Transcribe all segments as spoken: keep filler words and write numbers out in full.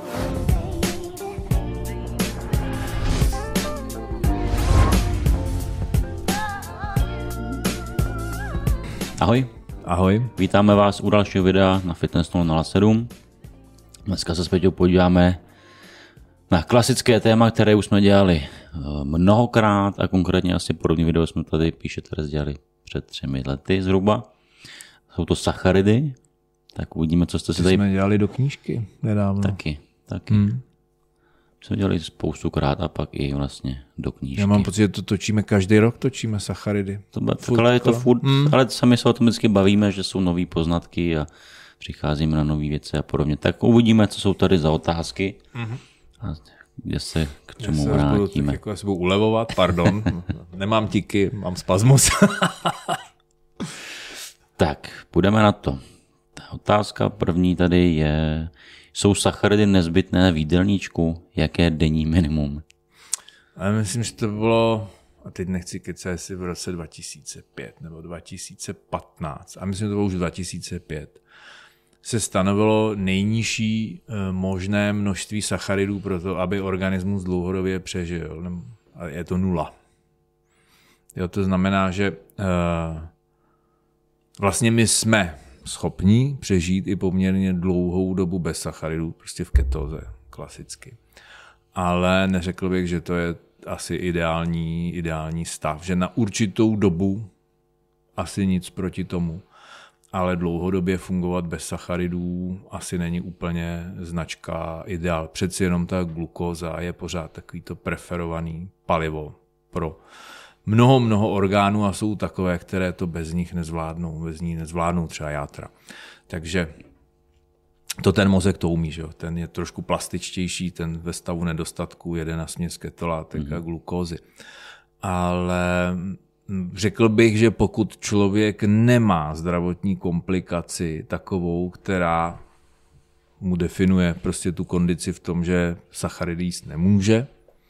Ahoj. Ahoj. Vítáme vás u dalšího videa na Fitness nula nula sedm. Dneska se s Peťou podíváme na klasické téma, které už jsme dělali mnohokrát a konkrétně asi podobný video jsme tady, píše, tady dělali před třemi lety zhruba. Jsou to sacharidy, tak uvidíme, co jste si tady... jsme dělali do knížky nedávno. Taky, taky. Hmm. Jsme dělali spoustukrát a pak i vlastně do knížky. Já mám pocit, že to točíme každý rok, točíme sacharidy. To bude, ale je to furt, hmm. ale sami se o tom vždycky bavíme, že jsou nový poznatky a přicházíme na nové věci a podobně. Tak uvidíme, co jsou tady za otázky hmm. a kde se k čemu já vrátíme. Budu, jako já se budu ulevovat, pardon, nemám tiky, mám spasmus. Tak, půjdeme na to. Ta otázka první tady je, jsou sacharidy nezbytné v jídelníčku? Jaké denní minimum? Ale myslím, že to bylo, a teď nechci kecat, jestli v roce dva tisíce pět nebo dva tisíce patnáct, a myslím, že to bylo už dva tisíce pět, se stanovilo nejnižší možné množství sacharidů pro to, aby organismus dlouhodobě přežil. A je to nula. Jo, to znamená, že uh, vlastně my jsme schopní přežít i poměrně dlouhou dobu bez sacharidů, prostě v ketóze, klasicky. Ale neřekl bych, že to je asi ideální, ideální stav, že na určitou dobu asi nic proti tomu, ale dlouhodobě fungovat bez sacharidů asi není úplně značka ideál. Přeci jenom ta glukóza je pořád takovýto preferovaný palivo pro mnoho, mnoho orgánů a jsou takové, které to bez nich nezvládnou, bez ní nezvládnou třeba játra. Takže to ten mozek to umí, že? Ten je trošku plastičtější, ten ve stavu nedostatku jede na směs ketolátek mm-hmm. a glukózy. Ale řekl bych, že pokud člověk nemá zdravotní komplikaci takovou, která mu definuje prostě tu kondici v tom, že sacharidy jíst nemůže,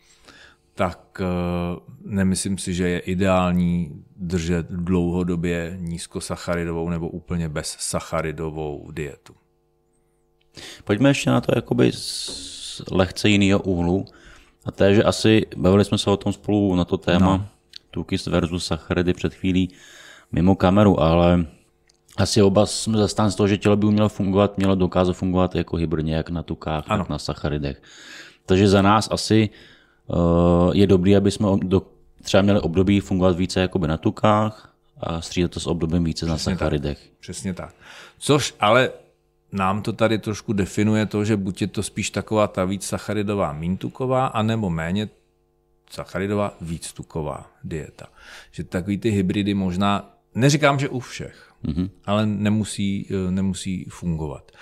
tak nemyslím si, že je ideální držet dlouhodobě nízkosacharidovou nebo úplně bezsacharidovou dietu. Pojďme ještě na to jakoby z lehce jiného úhlu. A to je, že asi bavili jsme se o tom spolu na to téma no. tuky versus sacharidy před chvílí mimo kameru, ale asi oba jsme zastánci toho, že tělo by mělo fungovat, mělo dokázat fungovat jako hybridně, jak na tukách, ano. tak na sacharidech. Takže za nás asi uh, je dobré, aby jsme do, třeba měli období fungovat více jakoby na tukách a střídat to s obdobím více Přesně na sacharidech. Tak. Přesně tak. Což ale nám to tady trošku definuje to, že buď je to spíš taková ta víc sacharidová, míň tuková, anebo méně sacharidová, víc tuková dieta. Že takový ty hybridy možná, neříkám, že u všech, mm-hmm. ale nemusí, nemusí fungovat.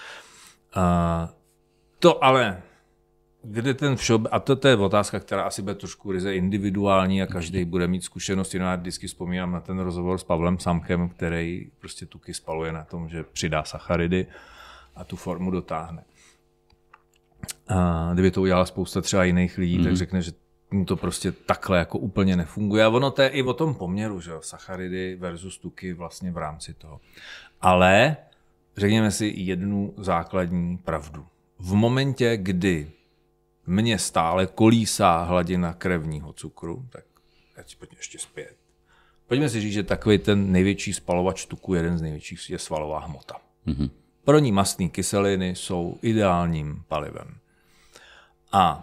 A to ale, kde ten všeob... a to, to je otázka, která asi bude trošku ryze individuální a každý bude mít zkušenosti. No já vždycky vzpomínám na ten rozhovor s Pavlem Samchem, který prostě tuky spaluje na tom, že přidá sacharidy a tu formu dotáhne. A kdyby to udělala spousta třeba jiných lidí, mm-hmm. tak řekne, že mu to prostě takhle jako úplně nefunguje. A ono to je i o tom poměru, že jo, sacharidy versus tuky vlastně v rámci toho. Ale řekněme si jednu základní pravdu. V momentě, kdy mně stále kolísá hladina krevního cukru, tak já si pojďme ještě zpět. Pojďme si říct, že takový ten největší spalovač tuku, jeden z největších, je svalová hmota. Mm-hmm. Pro ní mastné kyseliny jsou ideálním palivem. A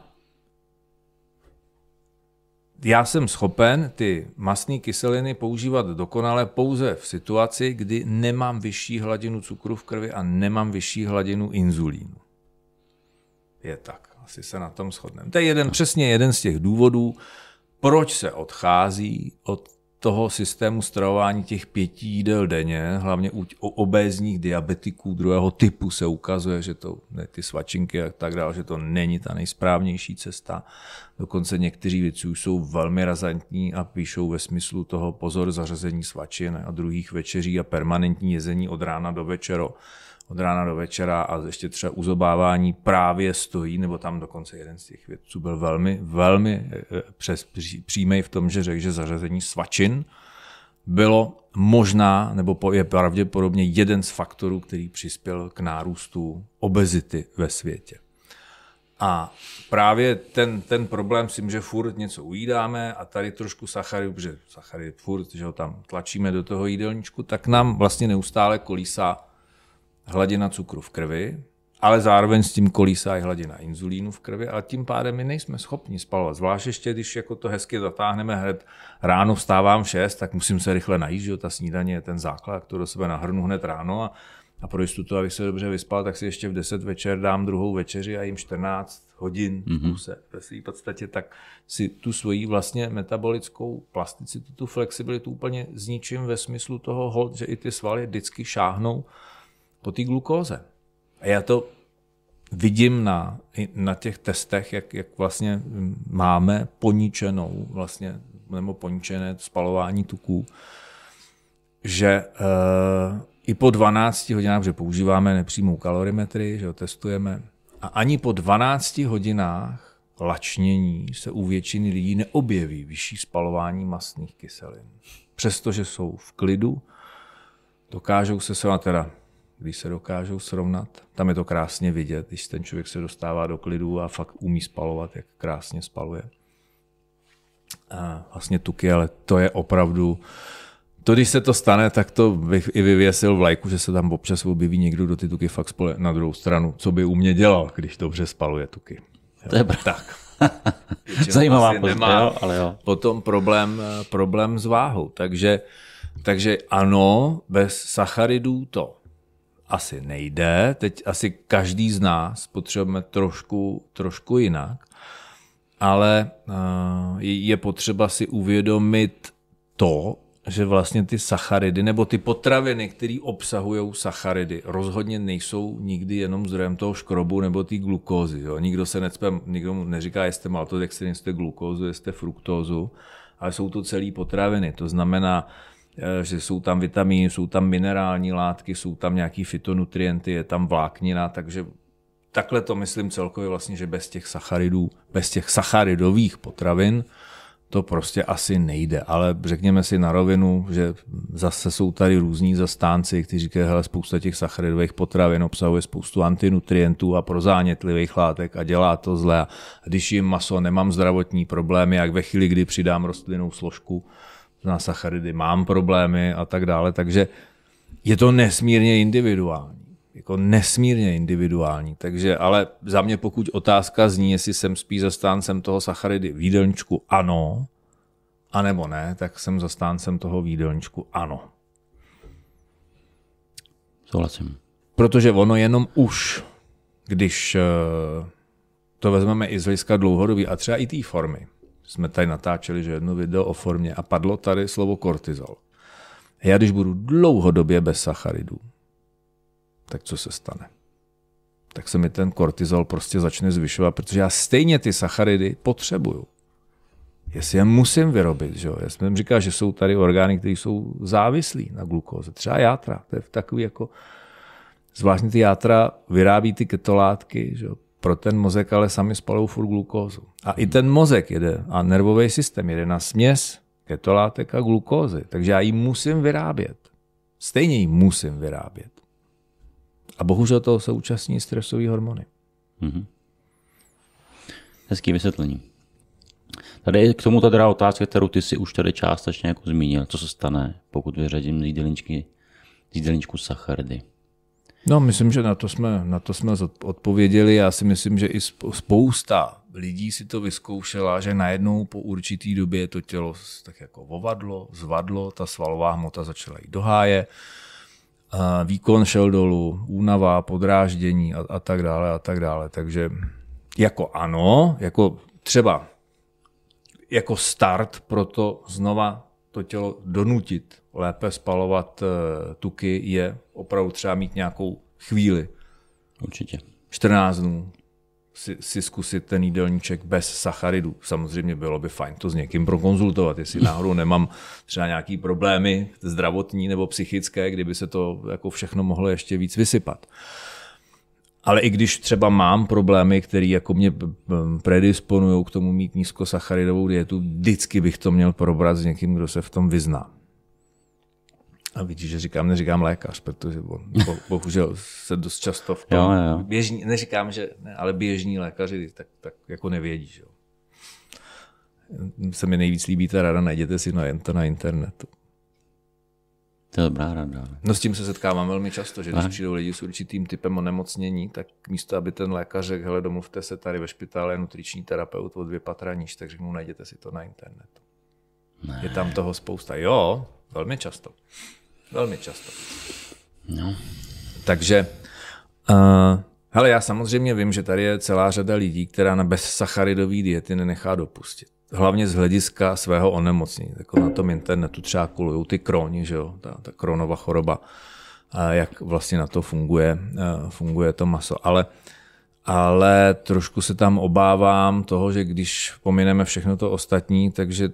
já jsem schopen ty mastné kyseliny používat dokonale pouze v situaci, kdy nemám vyšší hladinu cukru v krvi a nemám vyšší hladinu inzulínu. Je tak, asi se na tom shodneme. To je jeden, přesně jeden z těch důvodů, proč se odchází od toho systému stravování těch pěti jídel denně, hlavně u obézních diabetiků druhého typu se ukazuje, že to, ne, ty svačinky a tak dále, že to není ta nejsprávnější cesta. Dokonce někteří vědci už jsou velmi razantní a píšou ve smyslu toho pozor zařazení svačin a druhých večeří a permanentní jezení od rána do večera. Od rána do večera a ještě třeba uzobávání právě stojí, nebo tam dokonce jeden z těch vědců byl velmi, velmi přes, přímej v tom, že řekl, že zařazení svačin bylo možná, nebo je pravděpodobně jeden z faktorů, který přispěl k nárůstu obezity ve světě. A právě ten, ten problém s tím, že furt něco ujídáme a tady trošku sacharidu, protože sacharid furt, že ho tam tlačíme do toho jídelníčku, tak nám vlastně neustále kolísá hladina cukru v krvi, ale zároveň s tím kolísá i hladina inzulínu v krvi, ale tím pádem my nejsme schopni spalovat. Zvlášť ještě, když jako to hezky zatáhneme hned ráno, vstávám v šest, tak musím se rychle najít, že ta snídaně je ten základ, to do sebe nahrnu hned ráno a, a pro jistotu, abych se dobře vyspal, tak si ještě v deset večer dám druhou večeři a jim čtrnáct hodin v kuse. Ve své podstatě tak si tu svoji vlastně metabolickou plasticitu, tu flexibilitu úplně zničím ve smyslu toho, že i ty svaly vždycky šáhnou po té glukóze. A já to vidím na, na těch testech, jak, jak vlastně máme poničenou, vlastně, nebo poničené spalování tuků, že e, i po dvanácti hodinách, že používáme nepřímou kalorimetrii, že ho testujeme, a ani po dvanácti hodinách lačnění se u většiny lidí neobjeví vyšší spalování mastných kyselin. Přestože jsou v klidu, dokážou se srovnat, teda když se dokážou srovnat, tam je to krásně vidět, když ten člověk se dostává do klidu a fakt umí spalovat, jak krásně spaluje. A vlastně tuky, ale to je opravdu, to když se to stane, tak to bych i vyvěsil vlajku, že se tam občas objeví někdo, kdo ty tuky fakt spaluje na druhou stranu, co by u mě dělal, když dobře spaluje tuky. To je tak. Zajímavá poznámka, jo, ale jo. Potom problém, problém s váhou. Takže, takže ano, bez sacharidů to asi nejde. Teď asi každý z nás potřebujeme trošku, trošku jinak, ale je potřeba si uvědomit to, že vlastně ty sacharidy nebo ty potraviny, které obsahují sacharidy, rozhodně nejsou nikdy jenom zdrojem toho škrobu nebo té glukózy. Jo. Nikdo se necpe, nikdo mu neříká, jestli maltodextrin, jestli glukózu, jestli fruktózu, ale jsou to celé potraviny. To znamená, že jsou tam vitamíny, jsou tam minerální látky, jsou tam nějaký fytonutrienty, je tam vláknina, takže takhle to myslím celkově vlastně, že bez těch sacharidů, bez těch sacharidových potravin to prostě asi nejde, ale řekněme si na rovinu, že zase jsou tady různí zastánci, kteří říkají, hele, spousta těch sacharidových potravin obsahuje spoustu antinutrientů a prozánětlivých látek a dělá to zle. A když jim maso, nemám zdravotní problémy, jak ve chvíli, kdy přidám rostlinnou složku na sacharidy, mám problémy a tak dále. Takže je to nesmírně individuální. Jako nesmírně individuální. Takže, ale za mě, pokud otázka zní, jestli jsem spíš zastáncem toho sacharidy v jídelníčku, ano, anebo ne, tak jsem zastáncem toho v jídelníčku, ano. Souhlasím. Protože ono jenom už, když to vezmeme i z hlediska dlouhodobí a třeba i té formy, jsme tady natáčeli, že jedno video o formě a padlo tady slovo kortizol. Já když budu dlouhodobě bez sacharidů, tak co se stane? Tak se mi ten kortizol prostě začne zvyšovat, protože já stejně ty sacharidy potřebuju. Jestli je musím vyrobit, že jo? Já jsem říkal, že jsou tady orgány, které jsou závislí na glukóze. Třeba játra, to je takový jako, zvláštně ty játra vyrábí ty ketolátky, že jo? Pro ten mozek ale sami spalují furt glukózu. A i ten mozek jede, a nervový systém jede na směs ketolátek a glukózy. Takže já ji musím vyrábět. Stejně ji musím vyrábět. A bohužel toho se účastní stresové hormony. Mm-hmm. Hezký vysvětlení. Tady k tomu ta druhá otázka, kterou ty si už tady částečně jako zmínil. Co se stane, pokud vyřadím z jídelníčky, z jídelníčku sacharidy? No, myslím, že na to jsme, na to jsme odpověděli. Já si myslím, že i spousta lidí si to vyzkoušela, že najednou po určitý době to tělo tak jako ovadlo, zvadlo, ta svalová hmota začala jít do háje, výkon šel dolů, únava, podráždění a, a tak dále a tak dále. Takže jako ano, jako třeba jako start pro to znova to tělo donutit lépe spalovat tuky je opravdu třeba mít nějakou chvíli. Určitě. čtrnáct dnů si, si zkusit ten jídelníček bez sacharidů. Samozřejmě bylo by fajn to s někým prokonzultovat, jestli náhodou nemám třeba nějaký problémy zdravotní nebo psychické, kdyby se to jako všechno mohlo ještě víc vysypat. Ale i když třeba mám problémy, které jako mě predisponují k tomu mít nízkosacharidovou dietu, vždycky bych to měl probrat s někým, kdo se v tom vyzná. A vidíš, že říkám, neříkám lékař, protože bo, bo, bohužel se dost často v tom jo, jo. běžní, neříkám, že ne, ale běžní lékaři tak, tak jako nevědí. Že jo. Se mi nejvíc líbí ta rada, najděte si to na internetu. To je dobrá rada. No s tím se setkávám velmi často, že když přijdou lidi s určitým typem onemocnění, tak místo, aby ten lékař řekl, hele, domluvte se tady ve špitále, je nutriční terapeut o dvě patra níž, tak řeknu, najděte si to na internetu. Ne. Je tam toho spousta. Jo, velmi často. Velmi často. No. Takže, uh, hele, já samozřejmě vím, že tady je celá řada lidí, která na bezsacharidové diety nenechá dopustit. Hlavně z hlediska svého onemocnění. Jako na tom internetu třeba kolujou ty Crohni, že jo, ta, ta Crohnova choroba, a jak vlastně na to funguje, uh, funguje to maso. Ale, ale trošku se tam obávám toho, že když pomineme všechno to ostatní, takže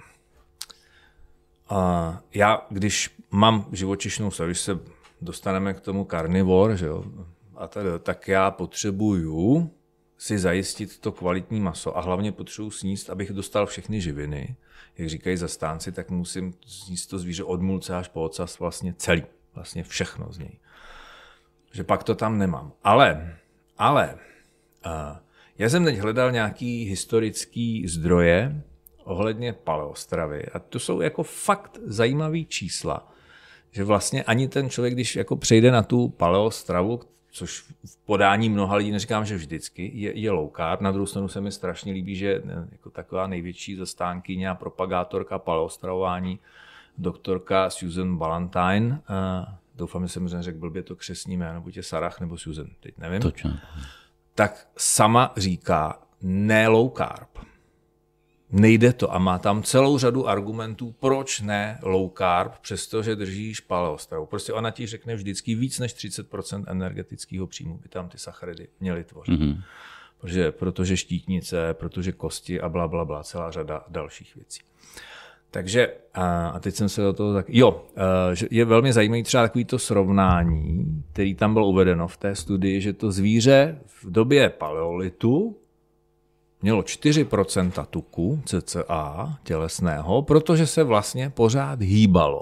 uh, já, když mám živočišnou stravu, když se dostaneme k tomu karnivor, že jo, a tady, tak já potřebuju si zajistit to kvalitní maso a hlavně potřebuji sníst, abych dostal všechny živiny. Jak říkají zastánci, tak musím sníst to zvíře od mulce až po ocas vlastně celý. Vlastně všechno z něj. Že pak to tam nemám. Ale, ale uh, já jsem teď hledal nějaký historický zdroje ohledně paleostravy a to jsou jako fakt zajímavý čísla, že vlastně ani ten člověk, když jako přejde na tu paleostravu, což v podání mnoha lidí, neříkám, že vždycky, je, je low carb. Na druhou stranu se mi strašně líbí, že jako taková největší zastánkyně a propagátorka paleostravování, doktorka Susan Ballantyne, uh, doufám, že jsem řekl blbě to křestní jméno, buď je Sarah nebo Susan, teď nevím, Točně. tak sama říká ne low carb. Nejde to a má tam celou řadu argumentů, proč ne low carb, přestože držíš paleostravu. Prostě ona ti řekne vždycky víc než třicet procent energetického příjmu by tam ty sacharidy měly tvořit. Mm-hmm. Protože, protože štítnice, protože kosti a bla, bla, bla, celá řada dalších věcí. Takže, a teď jsem se do toho tak... Jo, je velmi zajímavé třeba takovýto srovnání, který tam bylo uvedeno v té studii, že to zvíře v době paleolitu mělo čtyři procenta tuku cca tělesného, protože se vlastně pořád hýbalo.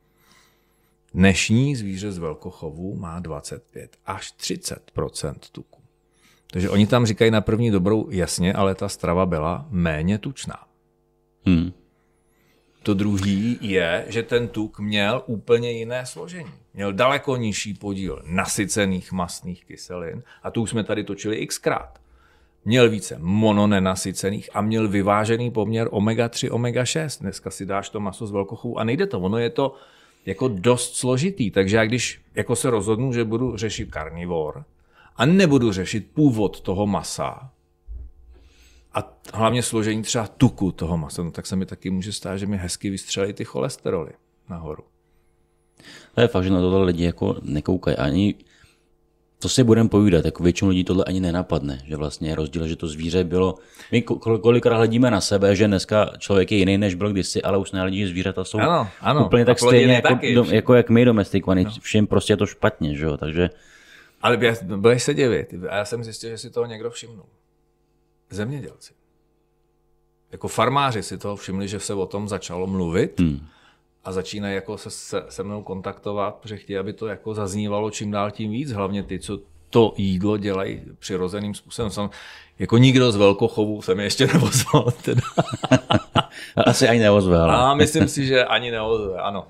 Dnešní zvíře z velkochovu má dvacet pět až třicet procent tuku. Takže oni tam říkají na první dobrou jasně, ale ta strava byla méně tučná. Hmm. To druhý je, že ten tuk měl úplně jiné složení. Měl daleko nižší podíl nasycených mastných kyselin a tu už jsme tady točili xkrát. Měl více mononenasycených a měl vyvážený poměr omega tři, omega šest. Dneska si dáš to maso z velkochovu a nejde to. Ono je to jako dost složitý. Takže já když jako se rozhodnu, že budu řešit karnivor a nebudu řešit původ toho masa a hlavně složení třeba tuku toho masa, no tak se mi taky může stát, že mi hezky vystřelí ty cholesteroly nahoru. To je fakt, že na tohle lidi jako nekoukají ani. To si budeme povídat, jako většinu lidí tohle ani nenapadne, že vlastně je rozdíl, že to zvíře bylo, my kolikrát hledíme na sebe, že dneska člověk je jiný, než byl kdysi, ale už nevidí, že zvířata jsou ano, ano. úplně tak stejně jako, taky, do, jako jak my domestikovaní, no. Všem prostě je to špatně, že jo, takže... Ale budeš se divit, a já jsem zjistil, že si toho někdo všimnul. Zemědělci. Jako farmáři si toho všimli, že se o tom začalo mluvit, hmm. a začínají jako se, se, se mnou kontaktovat, protože chtějí, aby to jako zaznívalo čím dál tím víc, hlavně ty, co to jídlo dělají přirozeným způsobem. Jsem, jako nikdo z velkochovu se mi ještě neozval. Teda. Asi ani neozve. Ale. A myslím si, že ani neozve, ano.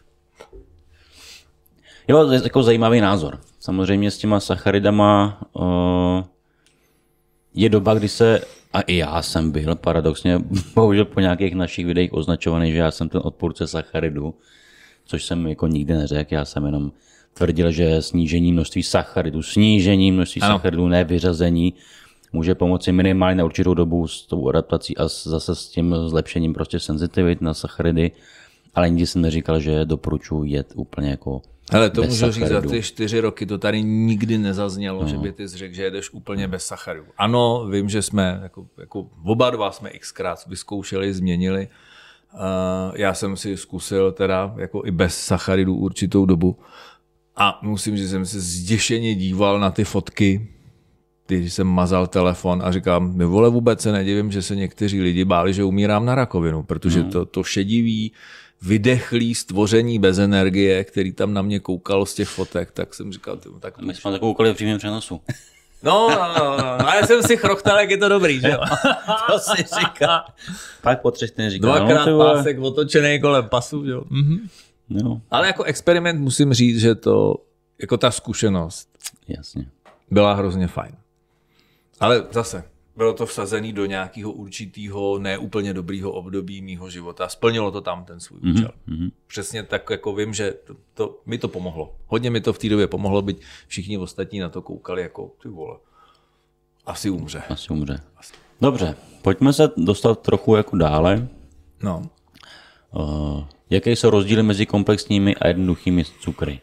Jo, to je jako zajímavý názor. Samozřejmě s těma sacharidama uh, je doba, kdy se, a i já jsem byl paradoxně, bohužel po nějakých našich videích označovaný, že já jsem ten odpůrce sacharidů, což jsem jako nikdy neřekl, já jsem jenom tvrdil, že snížení množství sacharidů, snížení množství ano. sacharidů, ne vyřazení, může pomoci minimálně na určitou dobu s tou adaptací a zase s tím zlepšením prostě senzitivit na sacharidy, ale nikdy jsem neříkal, že doporučuji jet úplně jako hele, to můžu říct, za ty čtyři roky to tady nikdy nezaznělo, no. že by ty řekl, že jedeš úplně bez sacharidů. Ano, vím, že jsme, jako, jako oba dva jsme xkrát vyzkoušeli, změnili. Uh, já jsem si zkusil teda jako i bez sacharidů určitou dobu a musím říct, že jsem se zděšeně díval na ty fotky, když jsem mazal telefon a říkám, my vole, vůbec se nedivím, že se někteří lidi báli, že umírám na rakovinu, protože no. to, to šedivý, vydechlý stvoření bez energie, který tam na mě koukal z těch fotek, tak jsem říkal, ty, tak... My jsme to koukali v přímém přenosu. No, no, no, no, no, já jsem si chrochtal, jak je to dobrý, že jo? To si říká. Pak po třech ten říká. Dvakrát no, pásek otočený kolem pasu, jo? Mhm. No. Ale jako experiment musím říct, že to, jako ta zkušenost Jasně. byla hrozně fajn. Ale zase, bylo to vsazený do nějakého určitého, neúplně dobrýho období mýho života. Splnilo to tam ten svůj účel. Mm-hmm. Přesně tak, jako vím, že to, to, mi to pomohlo. Hodně mi to v té době pomohlo, byť všichni ostatní na to koukali jako, ty vole, asi umře. Asi umře. Asi. Dobře, pojďme se dostat trochu jako dále. No. Uh, jaké jsou rozdíly mezi komplexními a jednoduchými cukry?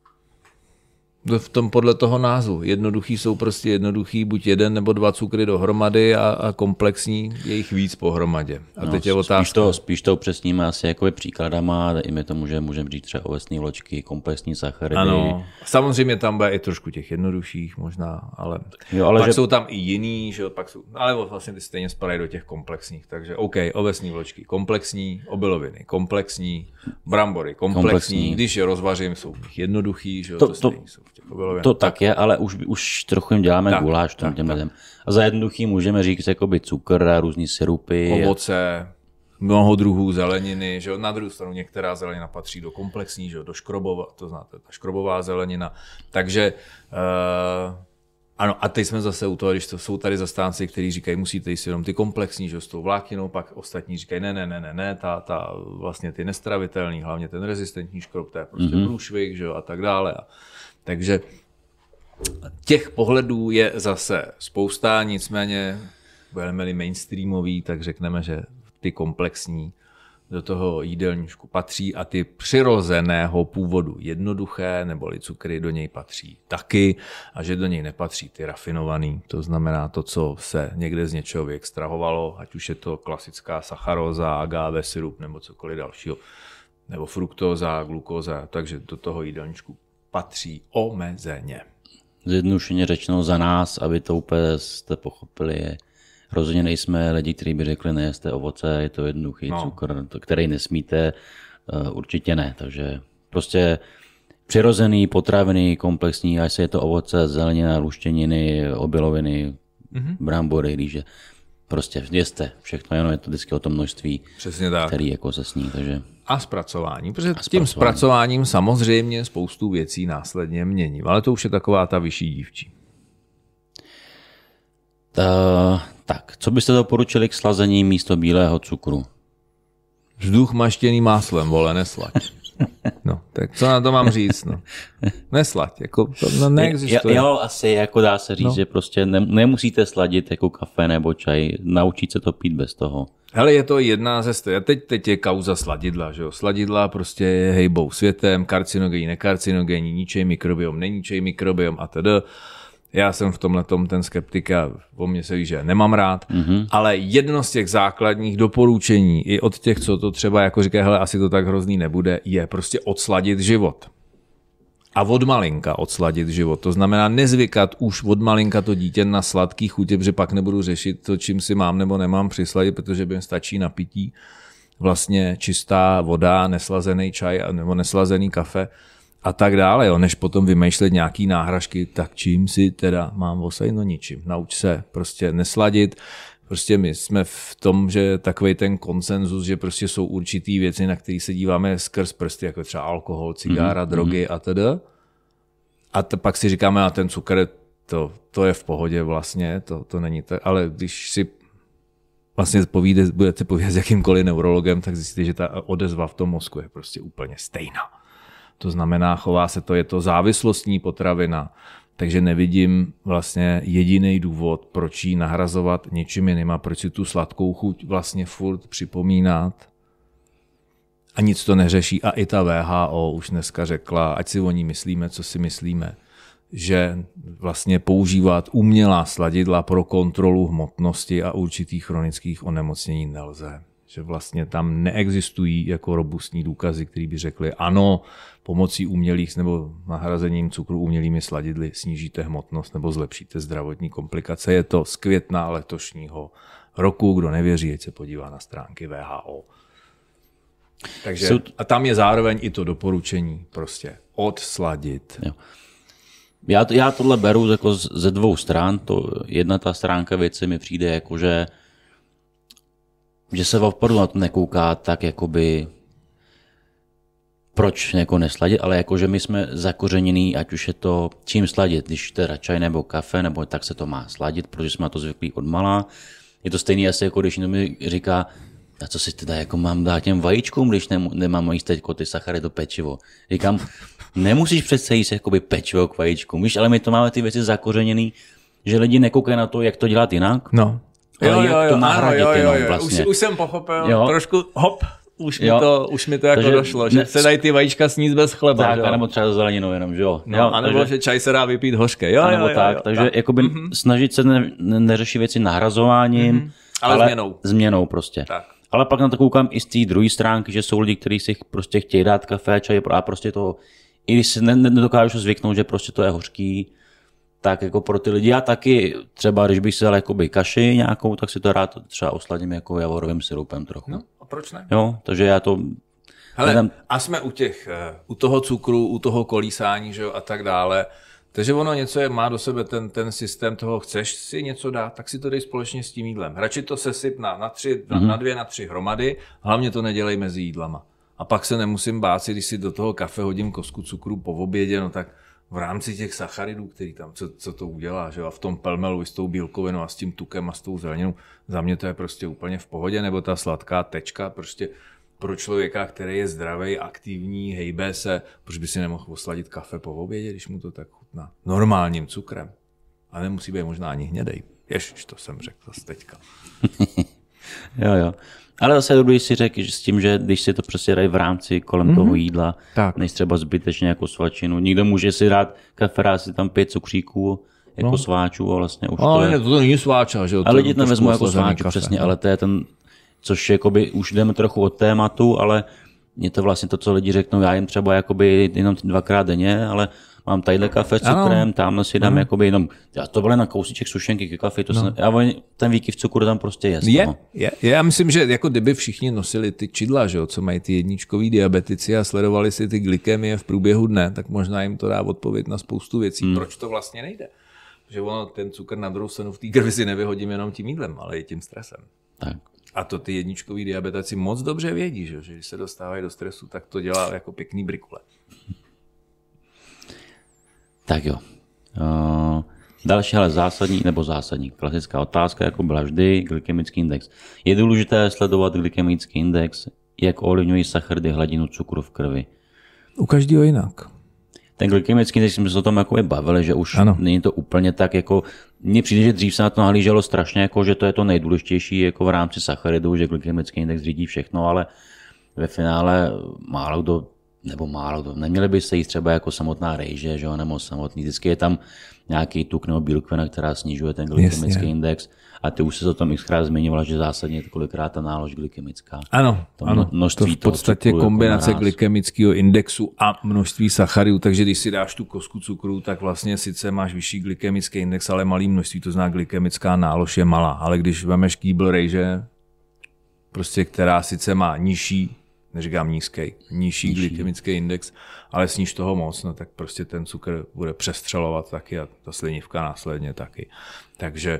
V tom podle toho názvu. Jednoduchý jsou prostě jednoduchý, buď jeden nebo dva cukry dohromady a, a komplexní je jich víc pohromadě. A no, teď je otázka. Spíš to, spíš to upřesníme asi jakoby příkladama, i my to můžeme můžeme říct třeba ovesné vločky, komplexní sacharidy. Ano, samozřejmě tam bude i trošku těch jednodušších možná, ale, jo, ale pak že... jsou tam i jiný, že pak jsou, ale vlastně ty stejně spadají do těch komplexních, takže OK, ovesné vločky, komplexní, obiloviny, komplexní, brambory, komplexní, komplexní. Když je rozvařím, jsou jednoduchý, že to, to, to, stejný, jsou v těch obilovinách. To tak je, ale už, už trochu jim děláme tak, guláš tom těm lidem. A za jednoduchý můžeme říct jakoby cukr a různý sirupy. Ovoce, mnoho druhů zeleniny, že na druhou stranu některá zelenina patří do komplexní, že do škrobova, to znáte, ta škrobová zelenina. Takže uh, ano, a teď jsme zase u toho, když to jsou tady zastánci, kteří říkají, musíte jíst jenom ty komplexní, že s tou vlákninou, pak ostatní říkají, ne, ne, ne, ne, ne, ta, ta vlastně ty nestravitelný, hlavně ten rezistentní škrob, to je prostě mm-hmm. průšvih, že a tak dále. A, takže těch pohledů je zase spousta, nicméně budeme-li mainstreamový, tak řekneme, že ty komplexní do toho jídelníčku patří a ty přirozeného původu jednoduché neboli cukry do něj patří taky a že do něj nepatří ty rafinovaný. To znamená to, co se někde z něčeho vyextrahovalo, ať už je to klasická sacharóza, agave syrup nebo cokoliv dalšího, nebo fruktóza, glukóza, takže do toho jídelníčku patří omezeně. Zjednodušeně řečeno za nás, aby to úplně jste pochopili, je, rozhodně nejsme lidi, kteří by řekli, nejeste ovoce, je to jednoduchý no. cukr, který nesmíte, určitě ne. Takže prostě přirozený, potravený, komplexní, až se je to ovoce, zelenina, luštěniny, obiloviny, mm-hmm. brambory, rýže. Prostě jeste všechno, jenom je to vždycky o tom množství, přesně tak. Který jako se sní. Takže... A zpracování, protože a tím zpracováním samozřejmě spoustu věcí následně měním, ale to už je taková ta vyšší dívčí. Ta, tak, co byste doporučili k slazení místo bílého cukru? Vzduch maštěný máslem, vole, neslaď. No, tak co na to mám říct, no. Neslaď, jako to no, neexistuje. Jo, jo, asi jako dá se říct, no. Že prostě ne, nemusíte sladit jako kafe nebo čaj, naučit se to pít bez toho. Hele, je to jedna ze sto. Teď, teď je kauza sladidla, že jo. Sladidla prostě je hejbou světem, karcinogenní, nekarcinogenní, ničej mikrobiom, neníčej mikrobiom a tedy. Já jsem v tomhletom ten skeptik a o mě se ví, že nemám rád, mm-hmm. ale jedno z těch základních doporučení i od těch, co to třeba jako říkají, hele, asi to tak hrozný nebude, je prostě odsladit život. A od malinka odsladit život. To znamená nezvykat už od malinka to dítě na sladký chutě, protože pak nebudu řešit to, čím si mám nebo nemám přisladit, protože by mi stačí na pití vlastně čistá voda, neslazený čaj nebo neslazený kafe a tak dále, jo, než potom vymýšlet nějaký náhražky, tak čím si teda mám osajit, no ničím. Nauč se prostě nesladit. Prostě my jsme v tom, že takovej ten konsenzus, že prostě jsou určitý věci, na které se díváme skrz prsty, jako třeba alkohol, cigára, mm-hmm. drogy a teda. A t- pak si říkáme, a ten cukr, to, to je v pohodě vlastně, to, to není to, ale když si vlastně povíde, budete povídat s jakýmkoliv neurologem, tak zjistíte, že ta odezva v tom mozku je prostě úplně stejná. To znamená, chová se to, je to závislostní potravina, takže nevidím vlastně jediný důvod, proč ji nahrazovat něčím jiným a proč si tu sladkou chuť vlastně furt připomínat. A nic to neřeší. A i ta W H O už dneska řekla, ať si o ní myslíme, co si myslíme, že vlastně používat umělá sladidla pro kontrolu hmotnosti a určitých chronických onemocnění nelze. Že vlastně tam neexistují jako robustní důkazy, které by řekly, ano, pomocí umělých nebo nahrazením cukru umělými sladidly snížíte hmotnost nebo zlepšíte zdravotní komplikace. Je to z května letošního roku. Kdo nevěří, ať se podívá na stránky W H O. Takže, Jsou... A tam je zároveň i to doporučení prostě odsladit. Jo. Já, já tohle beru jako ze dvou stran. To jedna ta stránka věci mi přijde jako, že, že se opravdu na to nekouká tak jakoby proč jako nesladit, ale jako, že my jsme zakořeněný, ať už je to čím sladit, když teda čaj nebo kafe, nebo tak se to má sladit, protože jsme na to zvyklí od malá. Je to stejný asi jako když někdo mi říká, a co si teda jako mám dát těm vajíčkům, když ne, nemám jíst teďko ty sachary do pečivo. Říkám, nemusíš přece jíst jakoby pečivo k vajíčkům, víš, ale my to máme ty věci zakořeněný, že lidi nekoukají na to, jak to dělat jinak, no. ale jo, jak jo, to nahradit jo, jo, jenom jo. vlastně. Už, už jsem pochopil, jo. trošku hop, už mi, to, už mi to jako takže došlo, že ne, se dají ty vajíčka sníst bez chleba. Tak, že? anebo třeba zeleninou jenom, že jo. No, jo anebo, takže, že čaj se dá vypít hořké. Jo, anebo jo, jo, tak, jo, takže tak. jakoby mm-hmm. snažit se ne, ne, neřešit věci nahrazováním, mm-hmm. ale, ale změnou. Změnou prostě. Tak. Ale pak na to koukám i z té druhé stránky, že jsou lidi, kteří si prostě chtějí dát kafe, čaj a prostě to, i když si nedokážu zvyknout, že prostě to je hořký, tak jako pro ty lidi, já taky třeba, když bych si dal jakoby kaši nějakou, tak si to rád třeba osladím jako javorovým syrupem trochu. No a proč ne? Jo, takže já to... Hele, nedám... a jsme u těch, u toho cukru, u toho kolísání, že jo, a tak dále. Takže ono něco je, má do sebe ten, ten systém toho, chceš si něco dát, tak si to dej společně s tím jídlem. Radši to sesyp na, na, tři, mm-hmm. na, na dvě, na tři hromady, hlavně to nedělej mezi jídlama. A pak se nemusím bát si, když si do toho kafe hodím kosku cukru po obědě, no tak v rámci těch sacharidů, který tam, co, co to udělá, že jo, a v tom pelmelu s tou bílkovinou a s tím tukem a s tou zeleninou, za mě to je prostě úplně v pohodě, nebo ta sladká tečka, prostě pro člověka, který je zdravý, aktivní, hejbe se, proč by si nemohl osladit kafe po obědě, když mu to tak chutná normálním cukrem. A nemusí být možná ani hnědej. Ježiš, to jsem řekl zase teďka. jo, jo. Ale zase dobrý si řekl s tím, že když si to prostě dají v rámci kolem mm-hmm. toho jídla, tak. Než třeba zbytečně jako svačinu. Někdo může si dát kafe, dá si tam pět cukříků jako no. sváčů a vlastně už ale to je... Ne, to, to není sváča, že jo? Ale lidi to vezmu jako sváču, přesně, ale to je ten, což jakoby už jdeme trochu od tématu, ale je to vlastně to, co lidi řeknou, já jim třeba jakoby jenom dvakrát denně, ale mám tadyhle kafe s cukrem, tamhle si dám ano. jakoby jenom, já to bylo na kousíček sušenky ke kafe, to no. jsem, já ten výkyv cukru tam prostě jest. Je, no. je, já myslím, že jako kdyby všichni nosili ty čidla, že jo, co mají ty jedničkoví diabetici a sledovali si ty glykemie v průběhu dne, tak možná jim to dá odpověď na spoustu věcí, hmm. proč to vlastně nejde. Že ono ten cukr na druhou stranu v té krvi si nevyhodím jenom tím jídlem, ale i tím stresem. Tak. A to ty jedničkoví diabetici moc dobře vědí, že, že když se dostávají do stresu, tak to dělá jako pěkný brikule. Tak jo. Uh, další, ale zásadní, nebo zásadní, klasická otázka, jako byla vždy, glykemický index. Je důležité sledovat glykemický index, jak ovlivňují sacharidy hladinu cukru v krvi? U každého jinak. Ten glykemický index, jsme se o tom jako bavili, že už ano. Není to úplně tak, jako mně přijde, že dřív se na to nahlíželo strašně, jako, že to je to nejdůležitější jako v rámci sacharidů, že glykemický index řídí všechno, ale ve finále málo kdo, nebo málo kdo, neměli by se jíst třeba jako samotná rejže, že jo, nebo samotný, vždycky je tam nějaký tuk nebo bílkovina, která snižuje ten glykemický Jasně. index. A ty už se o tom xkrát zmiňovala, že zásadně je kolikrát ta nálož glykémická. Ano, to ano. To v podstatě kombinace jako glykemického indexu a množství sacharidů, takže když si dáš tu kosku cukru, tak vlastně sice máš vyšší glykemický index, ale malý množství, to znamená glykemická nálož je malá. Ale když vemeš kýbl rejže, prostě která sice má nižší, neříkám nízký, nižší, nižší glykemický index, ale sníž toho moc, no, tak prostě ten cukr bude přestřelovat taky a ta slinivka následně taky. Takže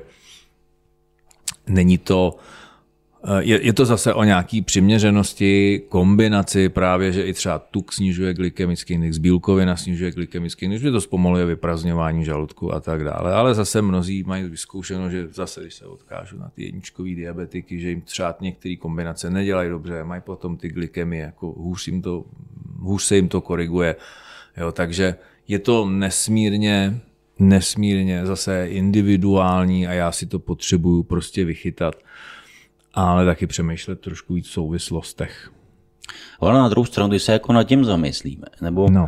není to, je, je to zase o nějaký přiměřenosti, kombinaci právě, že i třeba tuk snižuje glykemický index, bílkovina snižuje glykemický index, že to zpomaluje vyprazňování žaludku a tak dále. Ale zase mnozí mají vyzkoušeno, že zase, když se odkážu na ty jedničkový diabetiky, že jim třeba některé kombinace nedělají dobře, mají potom ty glykemie, jako hůř, jim to, hůř se jim to koriguje. Jo, takže je to nesmírně nesmírně zase individuální a já si to potřebuju prostě vychytat, ale taky přemýšlet trošku víc v souvislostech. Ale na druhou stranu, když se jako nad tím zamyslíme, nebo no.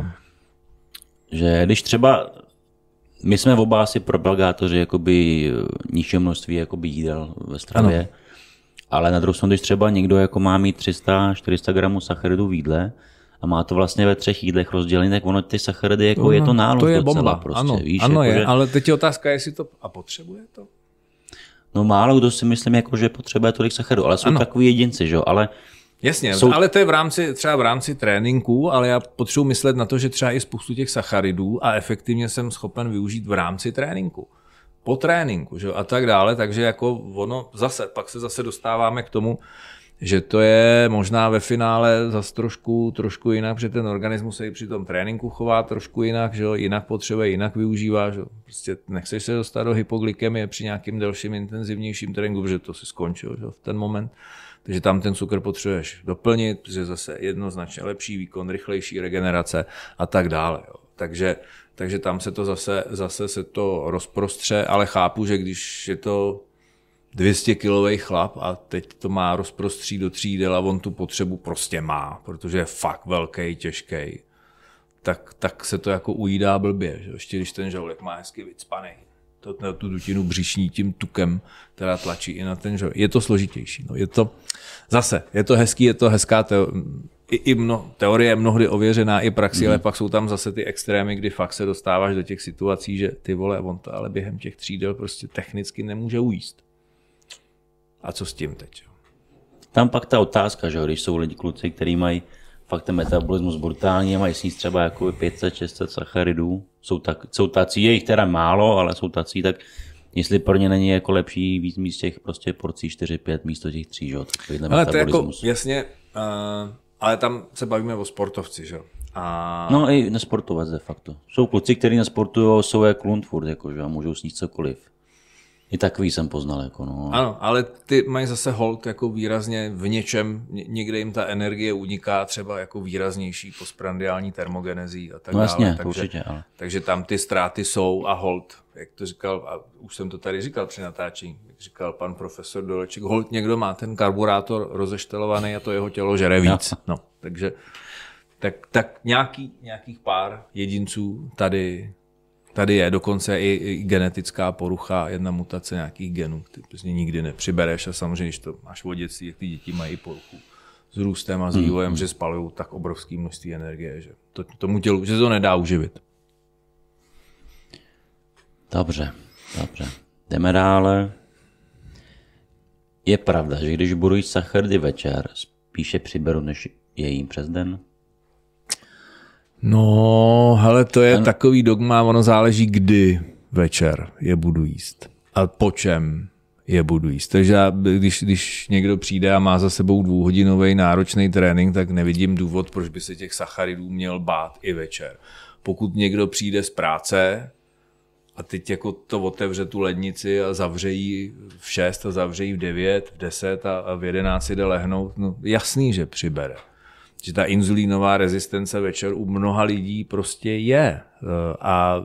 že když třeba my jsme oba asi propagátoři jakoby nižšího množství jakoby jídel ve stravě, ano. ale na druhou stranu, když třeba někdo jako má mít tři sta čtyři sta gramů sacharidů v jídle, a má to vlastně ve třech jídlech rozdělený, tak ono ty sacharidy, jako no, je to nálož to je docela bomba. prostě. Ano, víš, ano jako, je, že... ale teď je otázka, jestli to a potřebuje to? No málo kdo si myslím, jako, že potřebuje tolik sacharidů, ale jsou ano. takový jedinci, že? Ale Jasně, Jsou... ale to je v rámci, třeba v rámci tréninku, ale já potřebuji myslet na to, že třeba i spoustu těch sacharidů a efektivně jsem schopen využít v rámci tréninku. Po tréninku, že? A tak dále, takže jako ono zase, pak se zase dostáváme k tomu, že to je možná ve finále zase trošku, trošku jinak, protože ten organismus se i při tom tréninku chová trošku jinak, že jo? Jinak potřebuje, jinak využívá. Že jo? Prostě nechceš se dostat do hypoglykemie při nějakým delším, intenzivnějším tréninku, protože to si skončil, že jo? V ten moment. Takže tam ten cukr potřebuješ doplnit, protože zase jednoznačně lepší výkon, rychlejší regenerace a tak dále. Jo? Takže, takže tam se to zase, zase se to rozprostře, ale chápu, že když je to dvě stě kilový chlap a teď to má rozprostří do tří jídel a on tu potřebu prostě má, protože je fakt velký, těžký, tak, tak se to jako ujídá blbě. Že? Ještě když ten žaludek má hezky vycpaný. To, tu dutinu břišní tím tukem, která tlačí i na ten žaludek. Je to složitější. No, je to, zase, je to hezký, je to hezká teo, i, i mno, teorie je mnohdy ověřená, i praxi, mm. ale pak jsou tam zase ty extrémy, kdy fakt se dostáváš do těch situací, že ty vole, on to ale během těch tří jídel prostě technicky nemůže ujíst. A co s tím teď? Tam pak ta otázka, že když jsou lidi kluci, kteří mají fakt ten metabolismus brutální a mají sníst třeba jako pět set šest set sacharidů, jsou, tak, jsou tací, je jich teda málo, ale jsou tací, tak jestli pro ně není jako lepší víc míst těch prostě porcí čtyři pět místo těch tří, že? Ale to je jako, jasně, uh, ale tam se bavíme o sportovci, že? A... No i nesportovec de facto. Jsou kluci, kteří nesportují, jsou jak klund furt, jako, že? A můžou sníst cokoliv. I takový jsem poznal. Jako no. Ano, ale ty mají zase hold jako výrazně v něčem, někde jim ta energie uniká třeba jako výraznější postprandiální termogenezí a tak no, jasně, dále. Takže, určitě, ale... takže tam ty ztráty jsou a hold, jak to říkal, a už jsem to tady říkal při natáčení, jak říkal pan profesor Doleček, hold někdo má ten karburátor rozeštelovaný a to jeho tělo žere víc. No, takže tak, tak nějaký, nějakých pár jedinců tady Tady je dokonce i, i genetická porucha, jedna mutace nějakých genů, ty prostě nikdy nepřibereš a samozřejmě, když to máš v dětství, jak ty děti mají poruchu s růstem a s vývojem, mm. že spalují tak obrovské množství energie, že to, tomu tělu, že to nedá uživit. Dobře, dobře. Jdeme dále. Je pravda, že když budu jíst sacharidy večer, spíše přiberu, než je jím přes den? No, hele, to je Ten... takový dogma, ono záleží, kdy večer je budu jíst a po čem je budu jíst. Takže já, když, když někdo přijde a má za sebou dvouhodinový náročný trénink, tak nevidím důvod, proč by se těch sacharidů měl bát i večer. Pokud někdo přijde z práce a teď jako to otevře tu lednici a zavře ji v šest a zavře ji v devět, v deset a, a v jedenáct jde lehnout, no jasný, že přibere. Že ta inzulínová rezistence večer u mnoha lidí prostě je a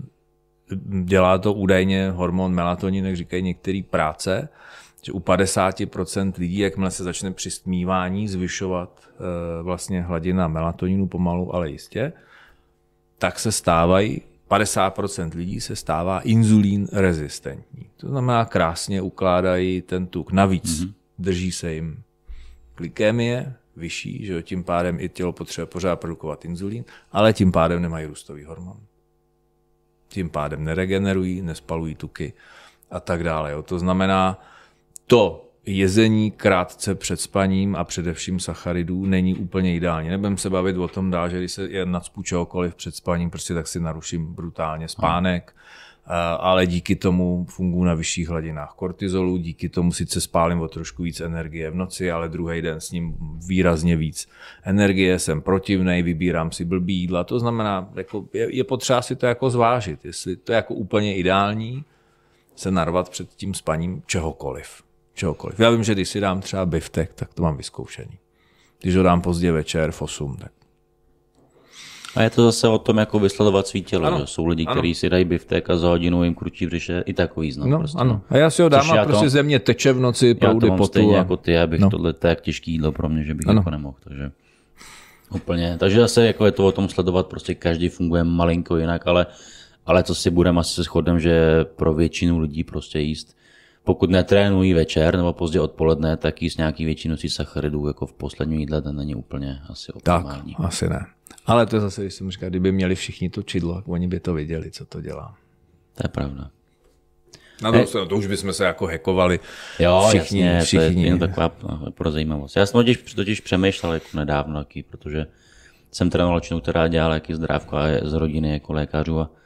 dělá to údajně hormon melatonin, jak říkají některé práce, že u padesát procent lidí, jakmile se začne při stmívání zvyšovat vlastně hladina melatoninu pomalu, ale jistě, tak se stávají, padesát procent lidí se stává inzulín rezistentní. To znamená, krásně ukládají ten tuk. Navíc mm-hmm. drží se jim glykémie vyšší, že tím pádem i tělo potřebuje pořád produkovat inzulín, ale tím pádem nemají růstový hormon. Tím pádem neregenerují, nespalují tuky a tak dále. Jo. To znamená, to jezení krátce před spaním a především sacharidů není úplně ideální. Nebudeme se bavit o tom dál, že když se je nacpu čehokoliv před spaním, prostě tak si naruším brutálně spánek, ale díky tomu funguji na vyšších hladinách kortizolu, díky tomu sice spálím o trošku víc energie v noci, ale druhý den s ním výrazně víc energie, jsem protivnej, vybírám si blbý jídla, to znamená, jako je, je potřeba si to jako zvážit, jestli to je jako úplně ideální se narvat před tím spaním čehokoliv. čehokoliv. Já vím, že když si dám třeba biftek, tak to mám vyzkoušený. Když ho dám pozdě večer v osm, tak a je to zase o tom, jako vysledovat svý tělo. Že? Jsou lidi, kteří si dají biftek a za hodinu jim krutí v břiše, i takový znám. No, prostě. Ano. A já si ho dám a prostě to, ze mě teče v noci proudy potu. Já to mám stejně a... jako ty, abych no. tohle tak těžký jídlo pro mě, že bych ano. jako nemohl. Takže úplně. Takže zase jako je to o tom sledovat, prostě každý funguje malinko jinak, ale, ale co si budeme asi se shodneme, že pro většinu lidí prostě jíst, pokud netrénují večer nebo pozdě odpoledne, tak jíst nějaký většinu si sacharidů jako v posledním jídle, ten není úplně asi optimální. Tak, asi ne. Ale to je zase, když jsem říkal, kdyby měli všichni to čidlo, oni by to věděli, co to dělá. To je pravda. Na to, to už bychom se jako hackovali. Jo, všichni, jasně, všichni. to je jen taková pro zajímavost. Já jsem totiž, totiž přemýšlel jako nedávno, jaký, protože jsem trénoval činu, která dělala jaký zdrávko a je z rodiny jako lékařů a,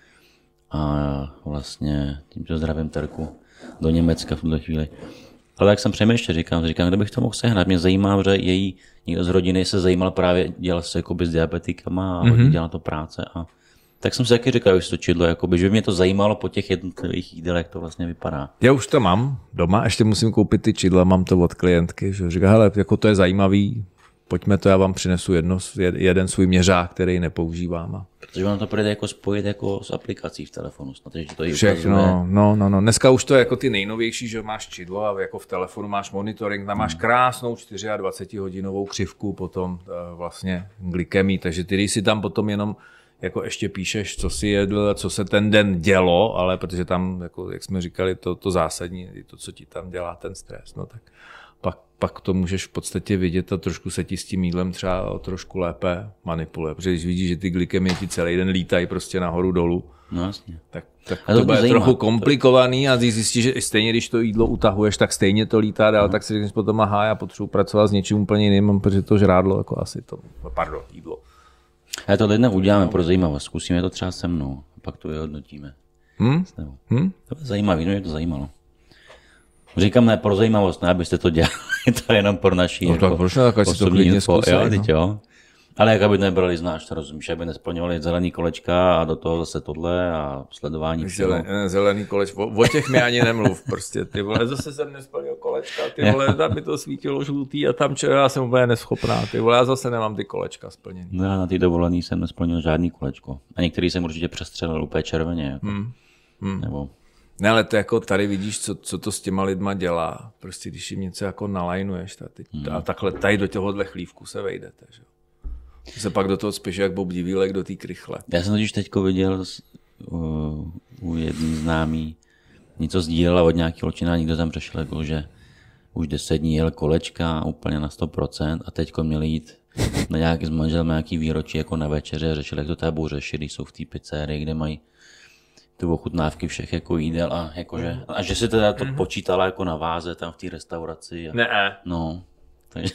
a vlastně tímto zdravím Terku do Německa v tuto chvíli. Ale jak jsem přemýšlel, říkám, říkám, kde bych to mohl sehnat. Mě zajímá, že její někdo z rodiny se zajímal právě, dělal se jakoby s diabetikama a mm-hmm. dělal to práce. A tak jsem si taky říkal, že to čidlo, jakoby, že by mě to zajímalo po těch jednotlivých jídel, jak to vlastně vypadá. Já už to mám doma, ještě musím koupit ty čidla, mám to od klientky, že říká, hele, jako to je zajímavý, pojďme to, já vám přinesu jedno, jeden svůj měřák, který nepoužívám. Protože ono to půjde jako spojit jako s aplikací v telefonu. Snad, že to všechno, no, no, no. Dneska už to je jako ty nejnovější, že máš čidlo a jako v telefonu máš monitoring, tam máš krásnou dvacetičtyřhodinovou křivku potom vlastně glykemii, takže ty, když si tam potom jenom jako ještě píšeš, co si jedl, co se ten den dělo, ale protože tam, jako, jak jsme říkali, to, to zásadní, to, co ti tam dělá ten stres, no tak pak, pak to můžeš v podstatě vidět a trošku se ti s tím jídlem třeba o trošku lépe manipuluje, protože když vidíš, že ty glykemie ti celý den lítají prostě nahoru dolů, no, jasně. tak, tak to, to bude zajímá, trochu komplikovaný a zjistíš, že stejně, když to jídlo utahuješ, tak stejně to lítá dál, no. Tak si řekneš potom, aha, já potřebuji pracovat s něčím úplně jiným, protože to žrádlo, jako asi to, pardon, jídlo. A to teď uděláme pro zajímavost, zkusíme to třeba se mnou, a pak to vyhodnotíme. Hmm? Hmm? To je zajímavý, no mě to zajímalo. Říkám ne pro zajímavost, ne abyste to dělali, to je jenom pro naší no, jako, tak proč ne, tak si to klidně zkusej, jo, no. teď, jo. Ale jak aby nebrali, znáš, to rozumíš, aby nesplňovali zelený kolečka a do toho zase tohle a sledování Zelen, zelený kolečko, o, o těch mi ani nemluv, prostě, ty vole, zase jsem nesplnil kolečka, ty vole, tam mi to svítilo žlutý a tam čeho, já jsem úplně neschopná, ty vole, já zase nemám ty kolečka splněný. No já na ty dovolený jsem nesplnil žádný kolečko a některý jsem určitě přestřelil úplně červeně, jako. Hmm. Hmm. Nebo... Ne, ale to jako tady vidíš, co, co to s těma lidma dělá, prostě když jim něco jako nalajnuješ a, ty, hmm. a takhle tady do tohohle chlívku se vejdete, že? Se pak do toho spíš jak Bob Divílek do té krychle. Já jsem totiž teďko viděl uh, u jedný známý, něco sdílela od nějakého holčina, někdo tam řešil, jako, že už deset dní jel kolečka úplně na sto procent a teďko měli jít na nějaký s manželem nějaký výročí jako na večeře a řešili, jak to tady budou řešit, když jsou v té pizzerii, kde mají ty ochutnávky všech jako jídel a jakože, a že si teda to počítala jako na váze tam v té restauraci. A, ne. No, takže...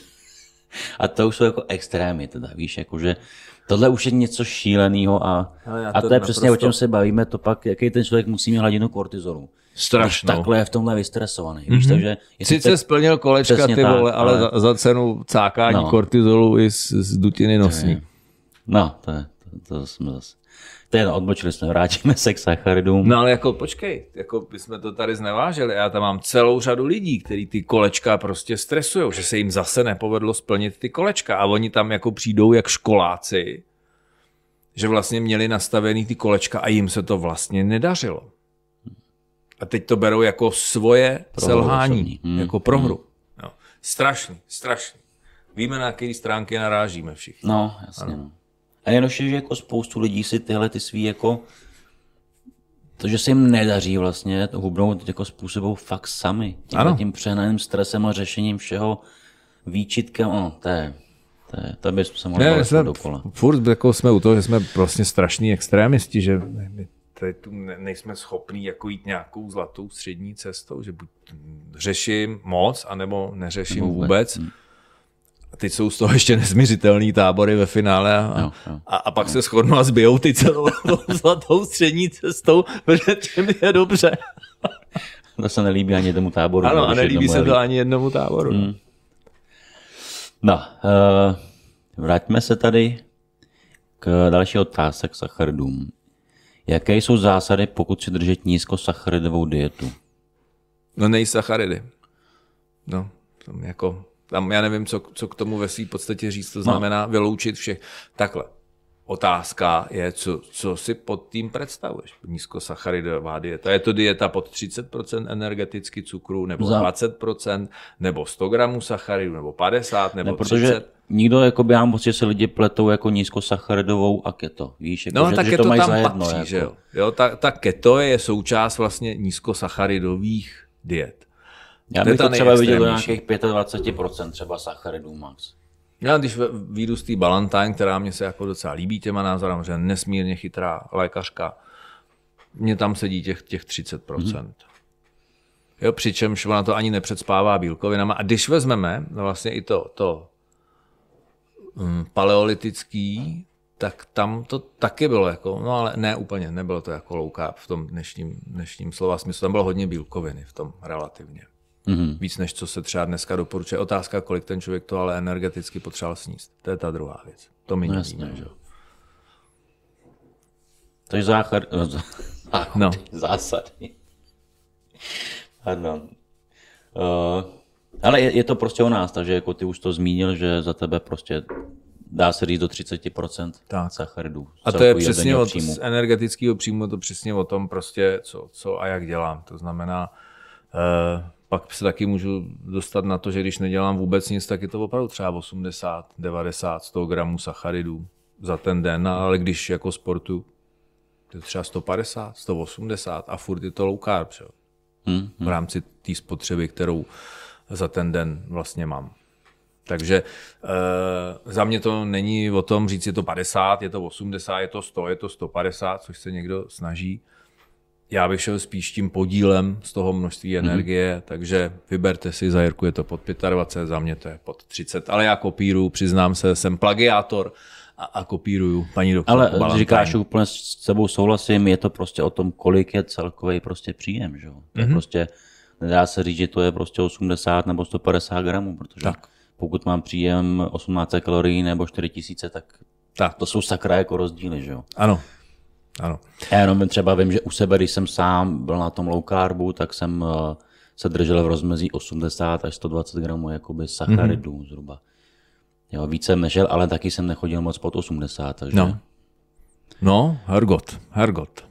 A to už jsou jako extrémy teda, víš, jakože tohle už je něco šíleného a, to, a to je naprosto... přesně o čem se bavíme, to pak, jaký ten člověk musí mít hladinu kortizolu. Strašnou. Takhle je v tomhle vystresovaný, víš, mm-hmm. takže... Sice teď... splnil kolečka, ty vole, tak, ale, ale za, za cenu cákání no. kortizolu i z, z dutiny nosní. No, to je, to, to jsme zase... To je, odbočili jsme, vrátíme se k sacharidům. No ale jako počkej, jako bychom to tady znevážili. Já tam mám celou řadu lidí, kteří ty kolečka prostě stresujou, že se jim zase nepovedlo splnit ty kolečka a oni tam jako přijdou jak školáci, že vlastně měli nastavený ty kolečka a jim se to vlastně nedařilo. A teď to berou jako svoje prohru selhání, hmm. jako prohru. Hmm. No. Strašný, strašný. Víme, na jaké stránky narážíme všichni. No, jasně. No. A jednoduše, že jako spoustu lidí si tyhle ty svý jako to, že se jim nedaří vlastně, to hubnou jako způsobou fakt sami. Tím, tím přehnaným stresem a řešením všeho výčitkem, no, to je, to je, to by se mohlo dát dokola. Furt jako jsme u toho, že jsme prostě strašní extrémisti, že my tady tu nejsme schopní jako jít nějakou zlatou střední cestou, že buď řeším moc, anebo neřeším nebo vůbec. vůbec. Hmm. A teď jsou z toho ještě nesměřitelný tábory ve finále a, jo, jo. a, a pak jo. se shodnou a zbijou ty celou zlatou střední cestou, protože tím je dobře. To se nelíbí ani jednomu táboru. Ano, a nelíbí se to ani jednomu táboru. Hmm. No, uh, vraťme se tady k další otázce k sacharidům. Jaké jsou zásady, pokud si držet nízkosacharidovou dietu? No nejsacharidy. No, tam jako... Tam já nevím, co, co k tomu ve svým podstatě říct, to znamená no. vyloučit všech. Takhle. Otázka je, co, co si pod tím představuješ. Nízkosacharidová dieta. Je to dieta pod třicet procent energeticky cukru, nebo Za... dvacet procent, nebo sto gramů sacharidu, nebo padesát, nebo ne, protože třicet. Nikdo, jako by já pocit, že se lidi pletou jako nízkosacharidovou a keto. Víš, jako, no, že, tak že keto to mají tam zajedno, patří, jako. že jo. jo ta, ta keto je součást vlastně nízkosacharidových diet. Já bych to třeba viděl do nějakých dvacet pět procent třeba sacharidů max. Já když vyjdu z té Ballantyne, která mě se jako docela líbí těma názorem, že nesmírně chytrá lékařka, mně tam sedí těch, těch třicet procent. Mm-hmm. Jo, přičemž ona to ani nepředspává bílkovinama. A když vezmeme no vlastně i to, to um, paleolitický, tak tam to taky bylo jako, no ale ne úplně, nebylo to jako low carb v tom dnešním, dnešním slova smyslu. Tam bylo hodně bílkoviny v tom relativně. Mm-hmm. Víc než co se třeba dneska doporučuje. Otázka, kolik ten člověk to ale energeticky potřeboval sníst. To je ta druhá věc. To my nevíme, že jo. Takže záchod, no. zásady. Pardon. Uh, ale je, je to prostě o nás, takže jako ty už to zmínil, že za tebe prostě dá se říct do třicet procent sacharidů. A to je přesně od z energetického příjmu, to přesně o tom prostě, co, co a jak dělám. To znamená, uh, pak se taky můžu dostat na to, že když nedělám vůbec nic, tak je to opravdu třeba osmdesát, devadesát, sto gramů sacharidů za ten den, ale když jako sportu, to je třeba sto padesát, sto osmdesát a furt je to low carb, že? Hmm, hmm. V rámci té spotřeby, kterou za ten den vlastně mám. Takže e, za mě to není o tom říct, je to padesát, je to osmdesát, je to sto, je to sto padesát, což se někdo snaží. Já bych šel spíš tím podílem z toho množství energie, mm-hmm. takže vyberte si, za Jirku je to pod dvacet pět, za mě to je pod třicet, ale já kopíruju, přiznám se, jsem plagiátor a, a kopíruju paní doktorku. Ale říkáš, úplně s sebou souhlasím, je to prostě o tom, kolik je celkový prostě příjem, že jo? To mm-hmm. prostě, nedá se říct, že to je prostě osmdesát nebo sto padesát gramů, protože tak. Pokud mám příjem osmnáct set kalorií nebo čtyři tisíce, tak, tak to jsou sakra jako rozdíly, že jo? Ano. Ano. Já jenom třeba vím, že u sebe, když jsem sám byl na tom low carbu, tak jsem se držel v rozmezí osmdesát až sto dvacet gramů jakoby sacharidů mm-hmm. zhruba. Jo, víc jsem nešel, ale taky jsem nechodil moc pod osmdesát. Takže... No. no, hergot, hergot.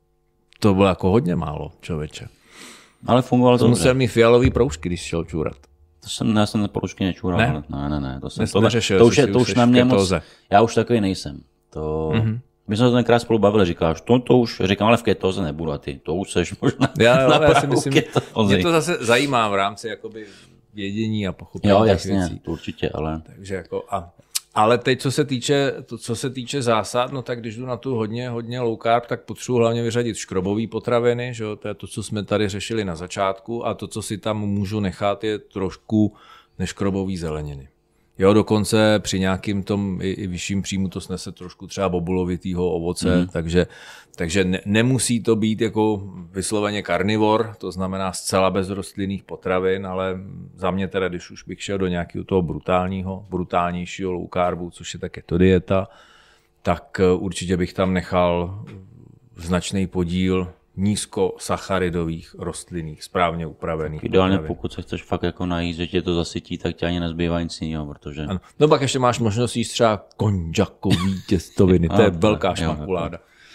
To bylo jako hodně málo, člověče. Ale fungovalo to. To musel mít fialový proužky, když šel čůrat. To jsem, já jsem proužky nečůral. Ne? Ne, ne, ne. To, jsem, to, neřešil, to, už, je, to už na mě moc, já už takový nejsem. To... Mm-hmm. My jsme to tenkrát spolu bavili, říkáš, to, to už, říkám, ale v ketóze nebudu a ty, to už seš možná já, na já si myslím, ketózy. Mě to zase zajímá v rámci jakoby vědění a pochopení jo, těch jasně, věcí. To určitě, ale... Takže jako, a, ale teď, co se týče, to, co se týče zásad, no tak když jdu na tu hodně, hodně low carb, tak potřebuji hlavně vyřadit škrobové potraviny, že jo, to je to, co jsme tady řešili na začátku a to, co si tam můžu nechat, je trošku neškrobové zeleniny. Jo, dokonce při nějakým tom i, i vyšším příjmu to snese trošku třeba bobulovitýho ovoce, mm. takže, takže ne, nemusí to být jako vysloveně karnivor, to znamená zcela bez rostlinných potravin, ale za mě teda, když už bych šel do nějakého toho brutálního, brutálnějšího low carbu, což je ta keto dieta, tak určitě bych tam nechal značný podíl nízkosacharidových, rostlinných, správně upravených. Ideálně potravin. Pokud se chceš fakt jako najíst, že tě to zasytí, tak tě ani nezbývá nic jiného, protože... Ano. No pak ještě máš možnost jíst třeba konžakový těstoviny, to je velká šmakuláda.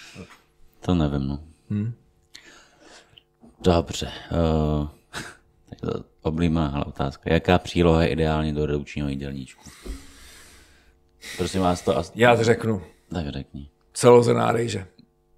To nevím, no. Hmm? Dobře. Uh, to oblíbená otázka. Jaká příloha je ideální do redukčního jídelníčku? Prosím vás to... As... Já to řeknu. Tak řekni. Celozrnná rejže.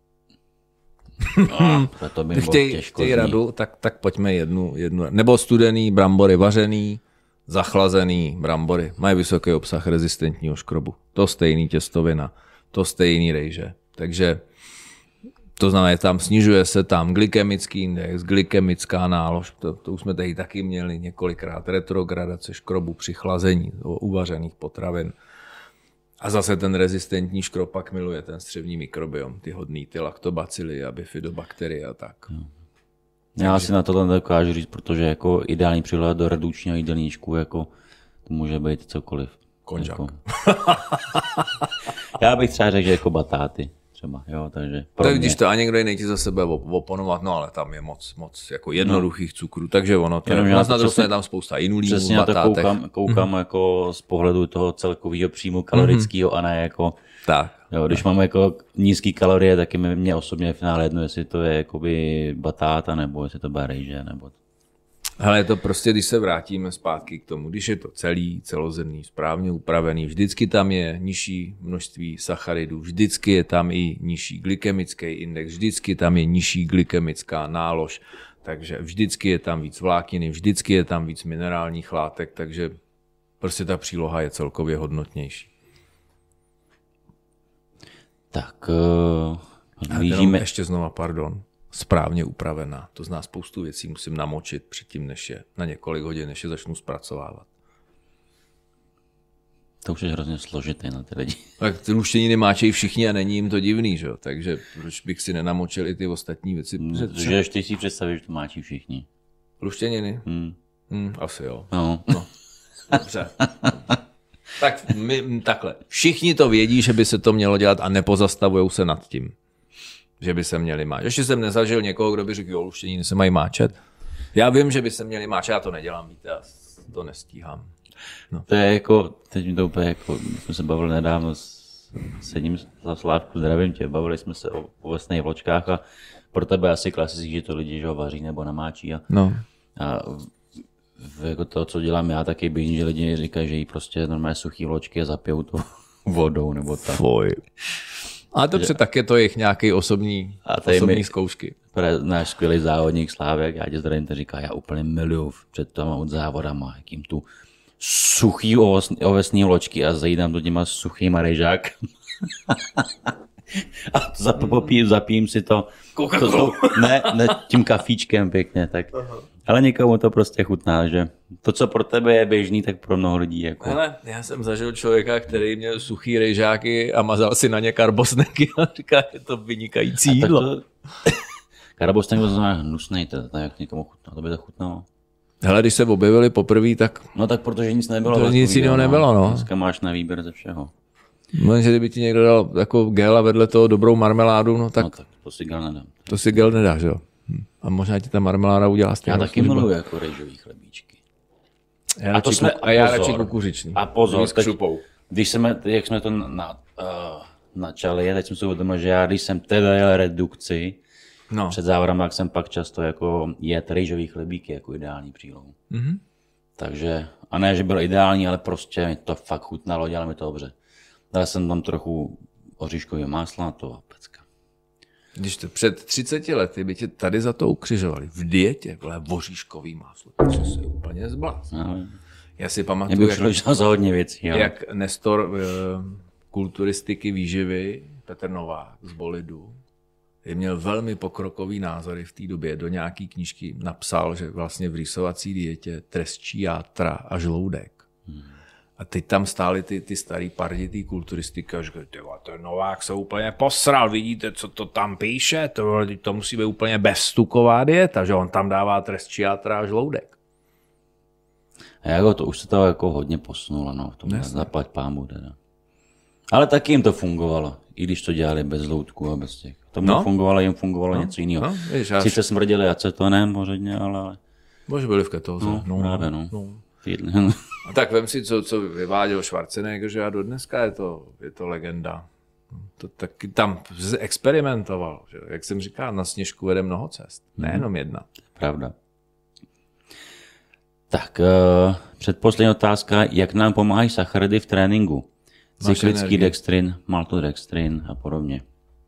No, to by bylo chtěj, těžko chtěj radu, tak, tak pojďme jednu, jednu. Nebo studený brambory vařený, zachlazený brambory. Mají vysoký obsah rezistentního škrobu. To stejný těstovina, to stejný rejže. Takže to znamená, že tam snižuje se tam glykemický index, glykemická nálož. To, to už jsme tady taky měli několikrát. Retrogradace škrobu při chlazení uvařených potravin. A zase ten rezistentní škrob pak miluje ten střevní mikrobiom, ty hodný, ty laktobacily a bifidobakterie a tak. No. Já Takže... si na to nedokážu říct, protože jako ideální příloha do redukčního jídelníčku, jako to může být cokoliv. Konžak. Jako... Já bych třeba řekl, že jako batáty. Třeba, jo, takže tak když to a někdo jiný ti za sebe oponovat, no ale tam je moc, moc jako jednoduchých no. cukrů, takže ono to je, na druhé je tam spousta inulínů, přesně na to koukám, koukám mm-hmm. jako z pohledu toho celkového příjmu kalorického mm-hmm. a ne jako, tak. Jo, když tak. Mám jako nízký kalorie, tak je mě osobně v finále jedno, jestli to je jakoby batáta, nebo jestli to bude rejže, nebo... Hele, je to prostě, když se vrátíme zpátky k tomu, když je to celý, celozrnný, správně upravený, vždycky tam je nižší množství sacharidů, vždycky je tam i nižší glykemický index, vždycky tam je nižší glykemická nálož, takže vždycky je tam víc vlákniny, vždycky je tam víc minerálních látek, takže prostě ta příloha je celkově hodnotnější. Tak, uh, blížíme... Ještě znova, pardon. správně upravená. To zná spoustu věcí, musím namočit předtím, než je na několik hodin, než je začnu zpracovávat. To už je hrozně složitý na ty lidi. Tak ty luštěniny máčejí všichni a není jim to divný, že? Takže proč bych si nenamočil i ty ostatní věci? Že ještě si představíš, že to máčí všichni. Luštěniny? Hmm. Hmm, asi jo. No. No. Dobře. Tak my, takhle. Všichni to vědí, že by se to mělo dělat a nepozastavujou se nad tím, že by se měli máčet. Ještě jsem nezažil někoho, kdo by řekl, jo, luštěniny se mají máčet. Já vím, že by se měli máčet, já to nedělám, víte, já to nestíhám. No. To je jako, teď mi to úplně jako, jsme se bavili nedávno s, s jedním za Slávku, zdravím tě, bavili jsme se o ovesných vločkách a pro tebe asi klasický, že to lidi, že ho vaří nebo namáčí a, No. a v, jako to, co dělám já, taky běžně, že lidi říkají, že jí prostě normálně suchý vločky a zapijou to vodou nebo tak. Foj. A to před tak je to jejich nějaký osobní, osobní mi, zkoušky. Náš skvělý závodník Slávek, já tě zdravím, to říká, já úplně miluju před těma od závodama, jakým tu suchý ovesný vločky a zajídám to těma suchýma rejžák. A zapopím, zapím si to, to, to ne, ne, tím kafíčkem pěkně, tak. Ale někomu to prostě chutná, že to, co pro tebe je běžný, tak pro mnoho lidí. Jako... Hele, já jsem zažil člověka, který měl suchý rejžáky a mazal si na ně karbosneky a říká, je to vynikající jídlo. To... Karbosnek to znamená hnusnej, to, to jak někomu chutná, to by to chutnalo. Hele, když se objevili poprvé, tak... No tak protože nic nebylo. To nic jiného nebylo, no. Dneska máš na výběr ze všeho. No, že kdyby ti někdo dal jako gel a vedle toho dobrou marmeládu, no tak... No tak to si gel nedám. To si gel nedá, že jo? A možná ti ta marmeláda udělá stejnou. Já taky miluji jako rejžový chlebíčky. Já a, to jsme, a, a já radši kukuřičný. A pozor, teď, když jsme, jak jsme to na, na, uh, načali, teď jsem si uvědomil, že já když jsem teda jel redukci, no. Před závodem, jak jsem pak často jako jet rejžový chlebíky jako ideální přílohu. Mm-hmm. Takže, a ne, že byl ideální, ale prostě mi to fakt chutnalo, dělalo mi to dobře. Dal jsem tam trochu oříškového másla na to a pecka. Když to před třiceti lety by tě tady za to ukřižovali. V dietě, vole, oříškový máslo. To se úplně zbláznil. No. Já si pamatuju, jak, za hodně věcí, jak Nestor uh, kulturistiky výživy Petr Novák z Bolidu měl velmi pokrokový názory v té době. Do nějaký knížky napsal, že vlastně v rýsovací dietě trestčí játra a žloudek. Hmm. A teď tam stály ty, ty starý parditý kulturistiky a říkají, ten Novák se úplně posral, vidíte, co to tam píše, to, to musí být úplně beztuková dieta, že on tam dává trestčí játra a žloudek. A jako to už se to jako hodně posunulo, no, v tom zaplať pámu teda. Ale taky jim to fungovalo, i když to dělali bez žloudku a bez těch. To no? fungovalo, jim fungovalo no? něco jiného. No, sice smrděli acetonem pořádně, ale... ale... Bože, byli v ketóze. No, no, právě, no. no. no. A tak vem si, co, co vyváděl Schwarzenegger, že a do dneska je to, je to legenda. To taky tam experimentoval, že? Jak jsem říkal, na Sněžku vede mnoho cest, nejenom jedna. Pravda. Tak, uh, předposlední otázka, jak nám pomáhají sacharidy v tréninku? Cyklický dextrin, maltodextrin a podobně.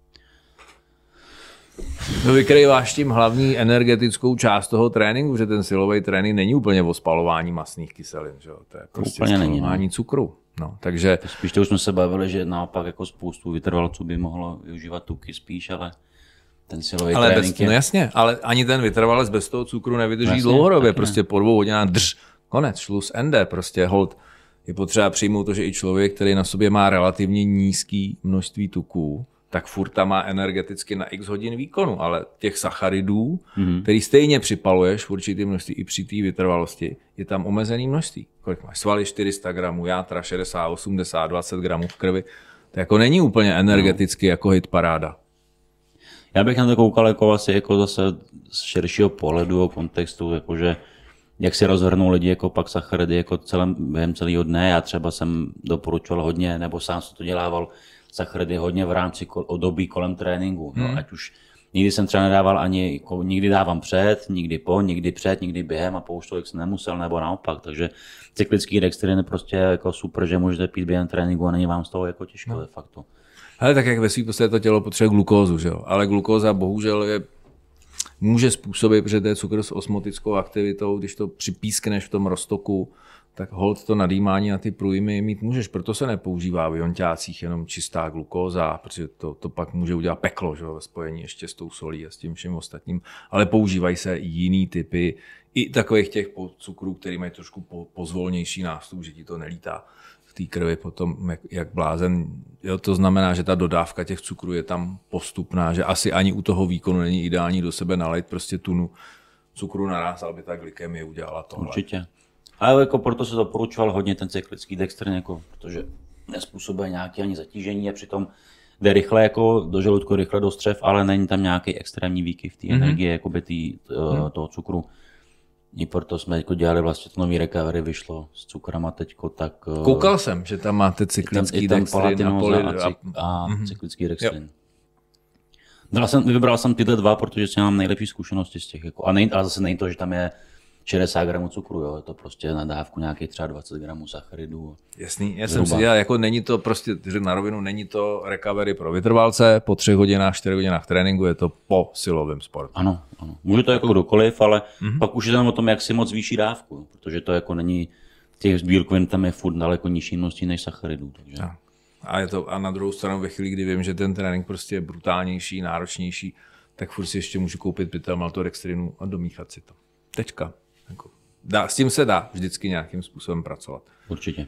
No, vykrýváš tím hlavní energetickou část toho tréninku, že ten silový trénink není úplně o spalování masných kyselin, že? To je prostě úplně spalování není, no. cukru. No, takže... Spíš to už jsme se bavili, že naopak jako spoustu vytrvalců by mohlo využívat tuky spíš, ale ten silový ale trénink bez, je... No jasně, ale ani ten vytrvalec bez toho cukru nevydrží jasně, dlouhodobě, prostě po dvou hodinách drž, konec, šluz, ende, prostě hold. Je potřeba přijmout to, že i člověk, který na sobě má relativně nízký množství tuků, tak furt tam má energeticky na x hodin výkonu, ale těch sacharidů, mm-hmm. který stejně připaluješ v určitý množství i při té vytrvalosti, je tam omezený množství. Kolik máš? Svaly čtyři sta gramů, játra šedesát, osmdesát, dvacet gramů v krvi. To jako není úplně energeticky no. jako hit paráda. Já bych na to koukal jako asi jako zase z širšího pohledu, kontextu, jakože jak si rozhrnou lidi jako pak sacharidy jako celém, během celého dne. Já třeba jsem doporučoval hodně, nebo sám jsem to dělával, sacharidy hodně v rámci období kolem tréninku. Hmm. No, ať už nikdy jsem třeba nedával ani, jako, nikdy dávám před, nikdy po, nikdy před, nikdy během a po už tolik jsem nemusel, nebo naopak. Takže cyklický dextrin je prostě jako super, že můžete pít během tréninku a není vám z toho jako těžko no. de facto. Ale tak jak ve svým podstatě to tělo potřebuje glukózu, že jo? Ale glukóza bohužel je, může způsobit, protože to je cukr s osmotickou aktivitou, když to připískneš v tom roztoku, tak hold to nadýmání na ty průjmy mít můžeš. Proto se nepoužívá v jonťácích jenom čistá glukóza, protože to, to pak může udělat peklo, že, ve spojení ještě s tou solí a s tím vším ostatním. Ale používají se jiný typy i takových těch cukrů, který mají trošku po, pozvolnější nástup, že ti to nelítá v té krvi potom jak, jak blázen. Jo, to znamená, že ta dodávka těch cukrů je tam postupná, že asi ani u toho výkonu není ideální do sebe nalejt prostě tunu cukru naraz, aby ta glykemie udělala tohle. Určitě. Ale jako proto se doporučoval hodně ten cyklický dextrin, jako, protože nezpůsobuje nějaké ani zatížení a přitom jde rychle jako do žaludku, rychle do střev, ale není tam nějaký extrémní výkyv té mm-hmm. energie, jakoby tý, mm. toho cukru. I proto jsme jako dělali vlastně to nový recovery, vyšlo s cukrama teďko, tak... Koukal jsem, že tam máte cyklický dextrin a, poly... a, cyk... a mm-hmm. cyklický dextrin. Dal jsem, vybral jsem tyhle dva, protože si mám nejlepší zkušenosti z těch. Jako, a nej, ale zase není to, že tam je šedesát gramů cukru, jo, je to prostě na dávku nějakých třeba dvacet gramů sacharidů. Jasný, já jsem si dělal, jako není to prostě, na rovinu, není to recovery pro vytrvalce, po třech hodinách, čtyřech hodinách tréninku, je to po silovém sportu. Ano, ano. Může to jako kdokoliv, ale mm-hmm. pak už je tam o tom, jak si moc zvýší dávku, protože to jako není, těch bílkovin tam je furt daleko nižší množství než sacharidů. Takže... A. A, je to, a na druhou stranu ve chvíli, kdy vím, že ten trénink prostě je brutálnější, náročnější, tak furt si ještě můžu koupit pytel maltodextrinu a domíchat si to. Tečka. Jako, dá, s tím se dá vždycky nějakým způsobem pracovat. Určitě.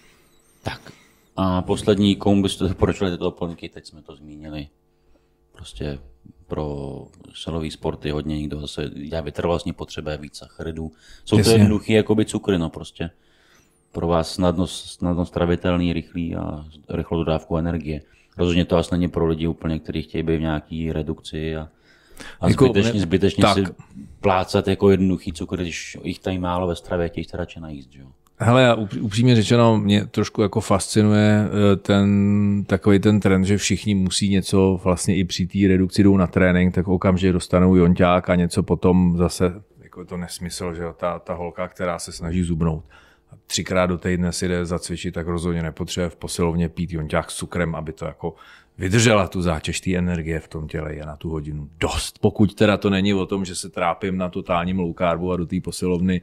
Tak a poslední, komu byste doporučili tyto doplňky, teď jsme to zmínili. Prostě pro silový sporty hodně někdo zase dělá vytrvalostní potřebuje víc sacharidů. Jsou to jednoduchý jakoby cukry, no prostě. Pro vás snadno, snadno stravitelný, rychlý a rychlou dodávku energie. Rozhodně to asi není pro lidi úplně, kteří chtějí být v nějaký redukci a, a jako zbytečně, ne, zbytečně si plácat jako jednoduchý cukr, když jich tady málo ve stravě, chtějí se radši najíst. Jo? Hele, já upřímně řečeno, mě trošku jako fascinuje ten, takový ten trend, že všichni musí něco vlastně i při té redukci jdou na trénink, tak okamžitě dostanou jonťák a něco potom zase, jako je to nesmysl, že jo, ta, ta holka, která se snaží zubnout. Třikrát do týdne si jde zacvičit, tak rozhodně nepotřebuje v posilovně pít jonťák s cukrem, aby to jako vydržela tu zátěž té energie v tom těle, je na tu hodinu dost. Pokud teda to není o tom, že se trápím na totálním low carbu a do té posilovny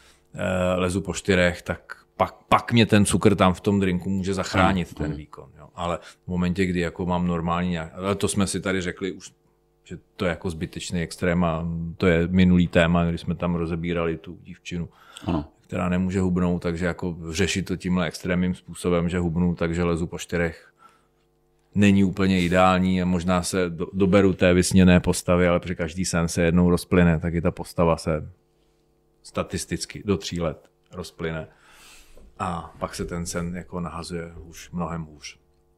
e, lezu po čtyřech, tak pak, pak mě ten cukr tam v tom drinku může zachránit mm. ten výkon. Jo. Ale v momentě, kdy jako mám normální nějak, ale to jsme si tady řekli už, že to je jako zbytečný extrém a to je minulý téma, když jsme tam rozebírali tu dívčinu. Ano. Která nemůže hubnout, takže jako řešit to tímhle extrémním způsobem, že hubnu, takže lezu po čtyřech, není úplně ideální a možná se do, doberu té vysněné postavy, ale protože každý sen se jednou rozplyne, tak i ta postava se statisticky do tří let rozplyne a pak se ten sen jako nahazuje už mnohem hůř.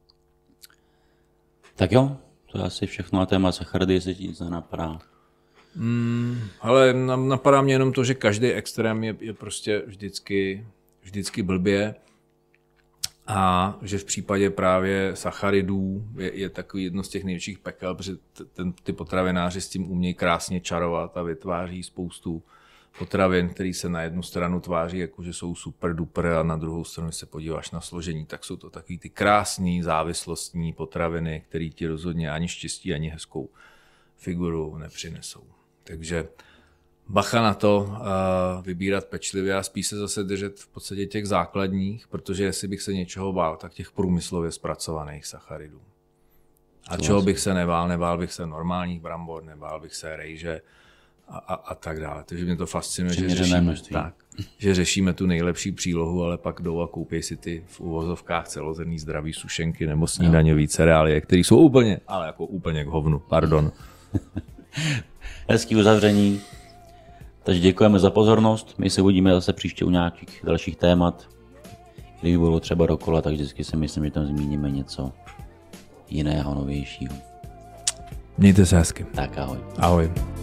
Tak jo, to je asi všechno na téma sacharidy, jestli ti nic nenapadá. Hmm, ale napadá mě jenom to, že každý extrém je, je prostě vždycky, vždycky blbě a že v případě právě sacharidů je, je takový jedno z těch největších pekel, protože ten, ty potravináři s tím umějí krásně čarovat a vytváří spoustu potravin, které se na jednu stranu tváří, jakože jsou super duper a na druhou stranu, když se podíváš na složení, tak jsou to takový ty krásný závislostní potraviny, které ti rozhodně ani štěstí, ani hezkou figuru nepřinesou. Takže bacha na to, vybírat pečlivě a spíš se zase držet v podstatě těch základních, protože jestli bych se něčeho bál, tak těch průmyslově zpracovaných sacharidů. A čeho bych se nebál? Nebál bych se normálních brambor, nebál bych se rejže a, a, a tak dále. Takže mě to fascinuje, že řešíme, tak, že řešíme tu nejlepší přílohu, ale pak jdou a koupí si ty v uvozovkách celozrnný zdravý sušenky nebo snídaňový cereálie, které jsou úplně, ale jako úplně k hovnu, pardon. Hezký uzavření. Takže děkujeme za pozornost. My se uvidíme zase příště u nějakých dalších témat. Kdyby bylo třeba dokola, tak vždycky si myslím, že tam zmíníme něco jiného, novějšího. Mějte se hezky. Tak ahoj. Ahoj.